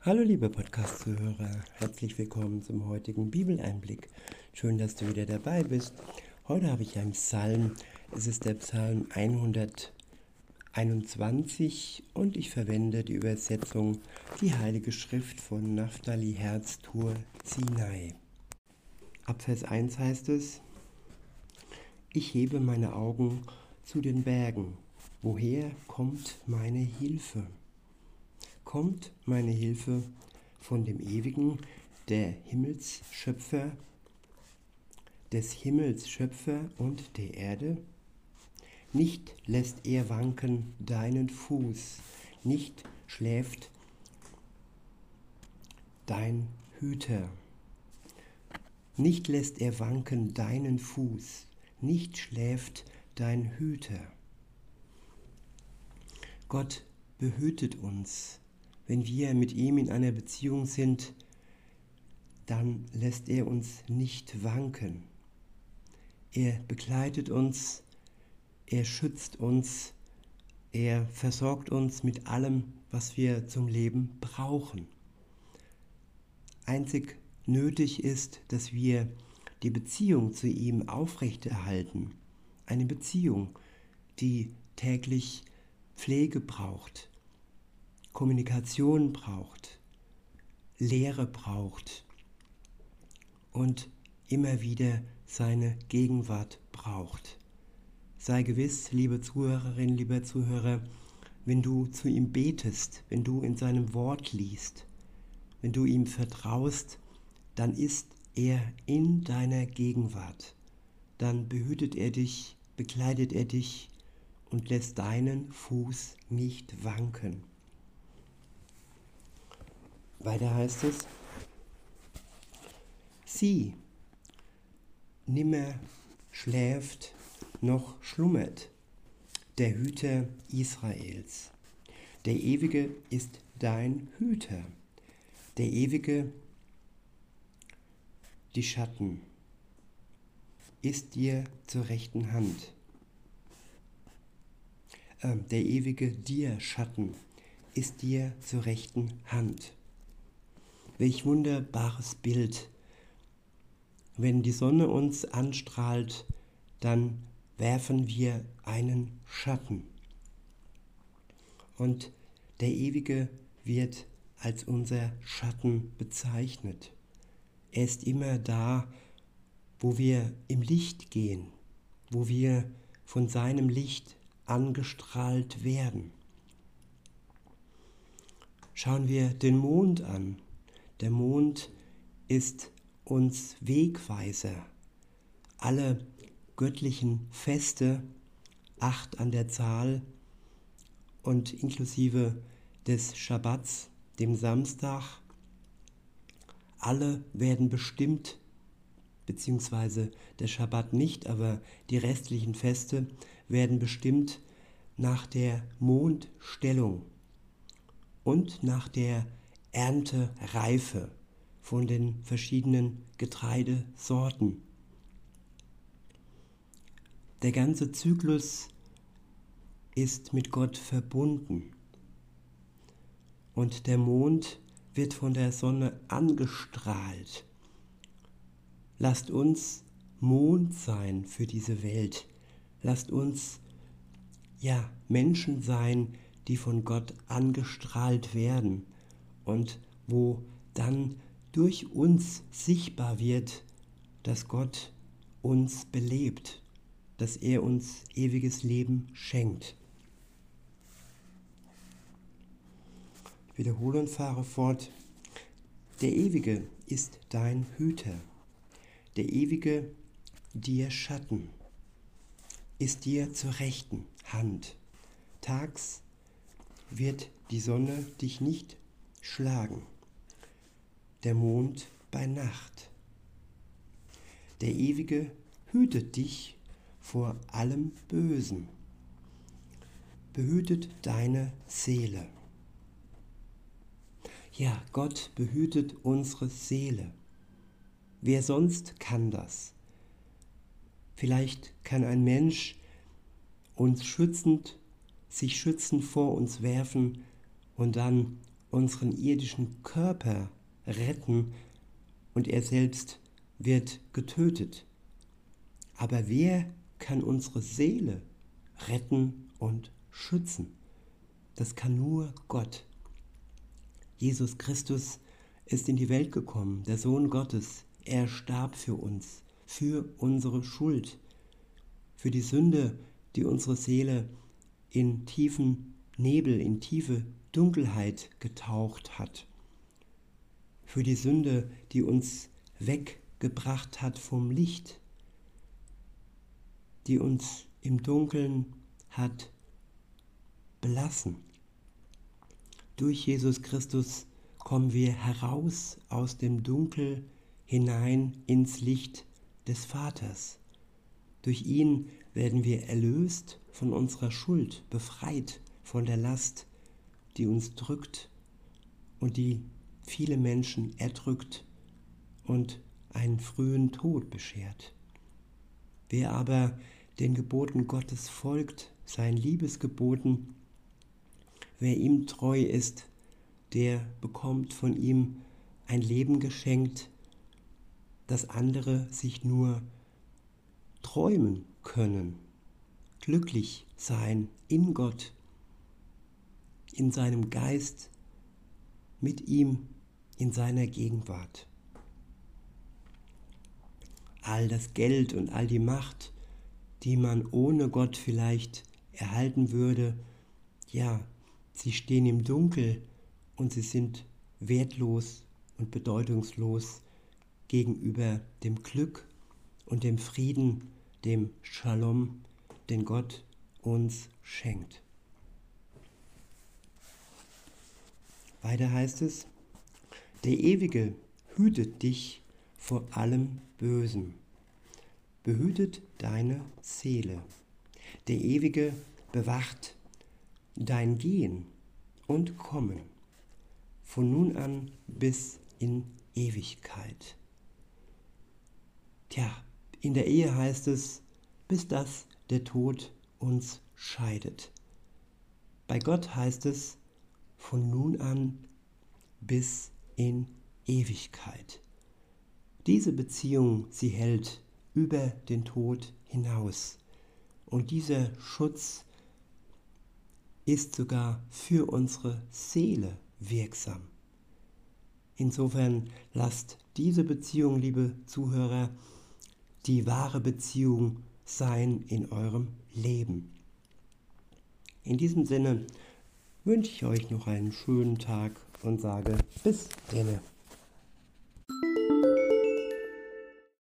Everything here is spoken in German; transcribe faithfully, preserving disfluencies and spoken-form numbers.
Hallo liebe Podcast-Zuhörer, herzlich willkommen zum heutigen Bibeleinblick. Schön, dass du wieder dabei bist. Heute habe ich einen Psalm, es ist der Psalm hunderteinundzwanzig und ich verwende die Übersetzung Die Heilige Schrift von Naphtali Herz Tur Sinai. Ab Vers eins heißt es: Ich hebe meine Augen zu den Bergen, woher kommt meine Hilfe? Kommt meine Hilfe von dem Ewigen, der Himmelsschöpfer, des Himmels Schöpfer und der Erde? Nicht lässt er wanken deinen Fuß, nicht schläft dein Hüter. Nicht lässt er wanken deinen Fuß, nicht schläft dein Hüter. Gott behütet uns. Wenn wir mit ihm in einer Beziehung sind, dann lässt er uns nicht wanken. Er begleitet uns, er schützt uns, er versorgt uns mit allem, was wir zum Leben brauchen. Einzig nötig ist, dass wir die Beziehung zu ihm aufrechterhalten. Eine Beziehung, die täglich Pflege braucht, Kommunikation braucht, Lehre braucht und immer wieder seine Gegenwart braucht. Sei gewiss, liebe Zuhörerin, lieber Zuhörer, wenn du zu ihm betest, wenn du in seinem Wort liest, wenn du ihm vertraust, dann ist er in deiner Gegenwart. Dann behütet er dich, bekleidet er dich und lässt deinen Fuß nicht wanken. Weiter heißt es: Sie nimmer schläft noch schlummert der Hüter Israels. Der Ewige ist dein Hüter, der Ewige, die Schatten, ist dir zur rechten Hand. Äh, der Ewige dir Schatten ist dir zur rechten Hand. Welch wunderbares Bild. Wenn die Sonne uns anstrahlt, dann werfen wir einen Schatten. Und der Ewige wird als unser Schatten bezeichnet. Er ist immer da, wo wir im Licht gehen, wo wir von seinem Licht angestrahlt werden. Schauen wir den Mond an. Der Mond ist uns Wegweiser. Alle göttlichen Feste, acht an der Zahl und inklusive des Schabbats, dem Samstag, alle werden bestimmt, beziehungsweise der Schabbat nicht, aber die restlichen Feste werden bestimmt nach der Mondstellung und nach der Erntereife von den verschiedenen Getreidesorten. Der ganze Zyklus ist mit Gott verbunden und der Mond wird von der Sonne angestrahlt. Lasst uns Mond sein für diese Welt. Lasst uns ja Menschen sein, die von Gott angestrahlt werden und wo dann durch uns sichtbar wird, dass Gott uns belebt, dass er uns ewiges Leben schenkt. Ich wiederhole und fahre fort. Der Ewige ist dein Hüter. Der Ewige dir Schatten, ist dir zur rechten Hand. Tags wird die Sonne dich nicht schlagen, der Mond bei Nacht. Der Ewige hütet dich vor allem Bösen, behütet deine Seele. Ja, Gott behütet unsere Seele. Wer sonst kann das? Vielleicht kann ein Mensch uns schützend, sich schützend vor uns werfen und dann unseren irdischen Körper retten und er selbst wird getötet. Aber wer kann unsere Seele retten und schützen? Das kann nur Gott. Jesus Christus ist in die Welt gekommen, der Sohn Gottes. Er starb für uns, für unsere Schuld, für die Sünde, die unsere Seele in tiefen Nebel, in tiefe Dunkelheit getaucht hat, für die Sünde, die uns weggebracht hat vom Licht, die uns im Dunkeln hat belassen. Durch Jesus Christus kommen wir heraus aus dem Dunkel hinein ins Licht des Vaters. Durch ihn werden wir erlöst von unserer Schuld, befreit von der Last, die uns drückt und die viele Menschen erdrückt und einen frühen Tod beschert. Wer aber den Geboten Gottes folgt, seinen Liebesgeboten, wer ihm treu ist, der bekommt von ihm ein Leben geschenkt, das andere sich nur träumen können, glücklich sein in Gott, in seinem Geist, mit ihm, in seiner Gegenwart. All das Geld und all die Macht, die man ohne Gott vielleicht erhalten würde, ja, sie stehen im Dunkel und sie sind wertlos und bedeutungslos gegenüber dem Glück und dem Frieden, dem Shalom, den Gott uns schenkt. Weiter heißt es, der Ewige hütet dich vor allem Bösen, behütet deine Seele. Der Ewige bewacht dein Gehen und Kommen, von nun an bis in Ewigkeit. Tja, in der Ehe heißt es, bis dass der Tod uns scheidet. Bei Gott heißt es, von nun an bis in Ewigkeit. Diese Beziehung, sie hält über den Tod hinaus. Und dieser Schutz ist sogar für unsere Seele wirksam. Insofern lasst diese Beziehung, liebe Zuhörer, die wahre Beziehung sein in eurem Leben. In diesem Sinne wünsche ich euch noch einen schönen Tag und sage bis denne.